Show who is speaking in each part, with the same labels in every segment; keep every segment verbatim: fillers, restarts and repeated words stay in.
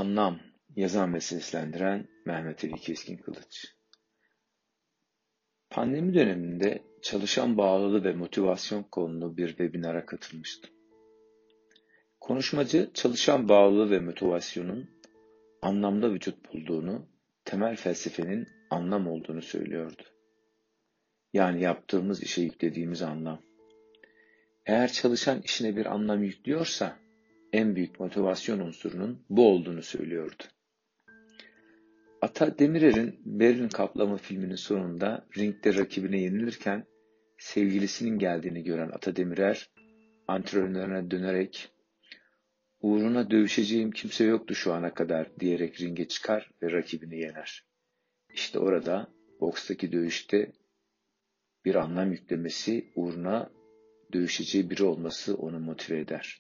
Speaker 1: Anlam, yazan ve seslendiren Mehmet Ali Keskin Kılıç. Pandemi döneminde çalışan bağlılığı ve motivasyon konulu bir webinara katılmıştım. Konuşmacı, çalışan bağlılığı ve motivasyonun anlamda vücut bulduğunu, temel felsefenin anlam olduğunu söylüyordu. Yani yaptığımız işe yüklediğimiz anlam. Eğer çalışan işine bir anlam yüklüyorsa, en büyük motivasyon unsurunun bu olduğunu söylüyordu. Ata Demirer'in Berlin Kaplama filminin sonunda ringde rakibine yenilirken sevgilisinin geldiğini gören Ata Demirer, antrenörüne dönerek "Uğruna dövüşeceğim kimse yoktu şu ana kadar" diyerek ringe çıkar ve rakibini yener. İşte orada bokstaki dövüşte bir anlam yüklemesi, uğruna dövüşeceği biri olması onu motive eder.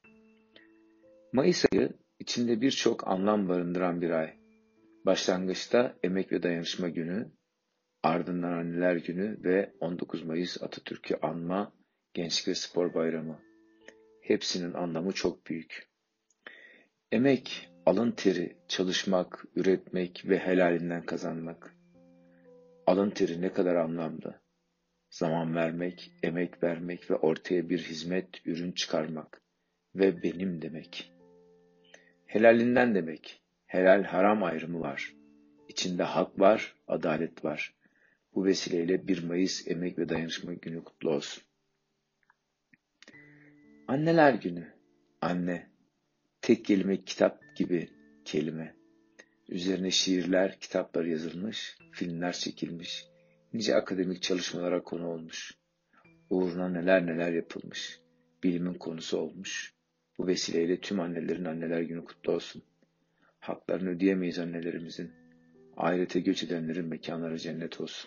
Speaker 1: Mayıs ayı içinde birçok anlam barındıran bir ay. Başlangıçta Emek ve Dayanışma Günü, ardından Anneler Günü ve on dokuz Mayıs Atatürk'ü anma, Gençlik ve Spor Bayramı. Hepsinin anlamı çok büyük. Emek, alın teri, çalışmak, üretmek ve helalinden kazanmak. Alın teri ne kadar anlamlı. Zaman vermek, emek vermek ve ortaya bir hizmet, ürün çıkarmak ve benim demek. Helalinden demek. Helal haram ayrımı var. İçinde hak var, adalet var. Bu vesileyle bir Mayıs Emek ve Dayanışma Günü kutlu olsun. Anneler Günü. Anne. Tek kelime kitap gibi kelime. Üzerine şiirler, kitaplar yazılmış, filmler çekilmiş, nice akademik çalışmalara konu olmuş. Uğruna neler neler yapılmış, bilimin konusu olmuş. Bu vesileyle tüm annelerin Anneler Günü kutlu olsun. Haklarını ödeyemeyiz annelerimizin. Ahirete göç edenlerin mekanları cennet olsun.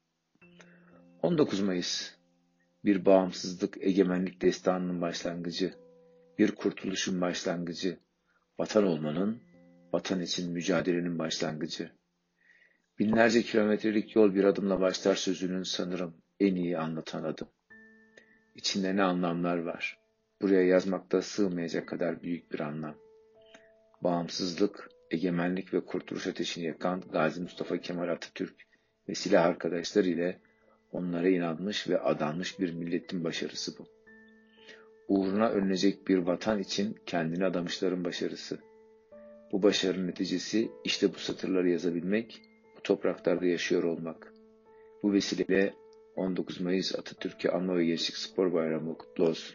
Speaker 1: on dokuz Mayıs. Bir bağımsızlık, egemenlik destanının başlangıcı. Bir kurtuluşun başlangıcı. Vatan olmanın, vatan için mücadelenin başlangıcı. Binlerce kilometrelik yol bir adımla başlar sözünün sanırım en iyi anlatan adım. İçinde ne anlamlar var? Buraya yazmakta sığmayacak kadar büyük bir anlam. Bağımsızlık, egemenlik ve kurtuluş ateşini yakan Gazi Mustafa Kemal Atatürk ve silah arkadaşları ile onlara inanmış ve adanmış bir milletin başarısı bu. Uğruna ölünecek bir vatan için kendini adamışların başarısı. Bu başarının neticesi işte bu satırları yazabilmek, bu topraklarda yaşıyor olmak. Bu vesileyle on dokuz Mayıs Atatürk'ü Anma ve Gençlik Spor Bayramı kutlu olsun.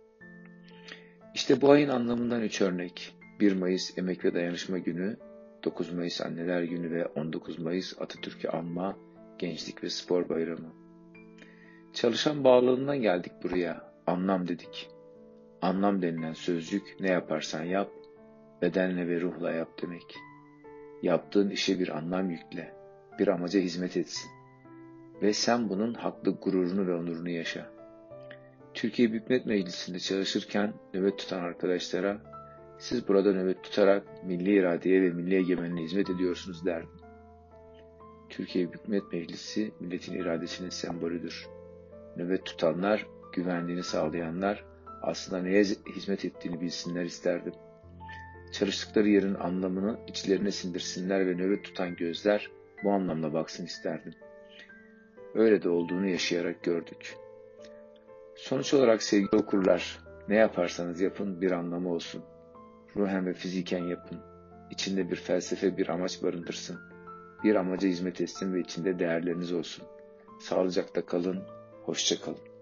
Speaker 1: İşte bu ayın anlamından üç örnek. bir Mayıs Emek ve Dayanışma Günü, dokuz Mayıs Anneler Günü ve on dokuz Mayıs Atatürk'ü Anma, Gençlik ve Spor Bayramı. Çalışan bağlılığından geldik buraya. Anlam dedik. Anlam denilen sözcük ne yaparsan yap, bedenle ve ruhla yap demek. Yaptığın işe bir anlam yükle, bir amaca hizmet etsin. Ve sen bunun haklı gururunu ve onurunu yaşa. Türkiye Büyük Millet Meclisi'nde çalışırken nöbet tutan arkadaşlara, siz burada nöbet tutarak milli iradeye ve milli egemenliğe hizmet ediyorsunuz derdim. Türkiye Büyük Millet Meclisi milletin iradesinin sembolüdür. Nöbet tutanlar, güvenliğini sağlayanlar aslında neye hizmet ettiğini bilsinler isterdim. Çalıştıkları yerin anlamını içlerine sindirsinler ve nöbet tutan gözler bu anlamla baksın isterdim. Öyle de olduğunu yaşayarak gördük. Sonuç olarak sevgili okurlar, ne yaparsanız yapın bir anlamı olsun. Ruhen ve fiziken yapın. İçinde bir felsefe, bir amaç barındırsın. Bir amaca hizmet etsin ve içinde değerleriniz olsun. Sağlıcakla kalın, hoşça kalın.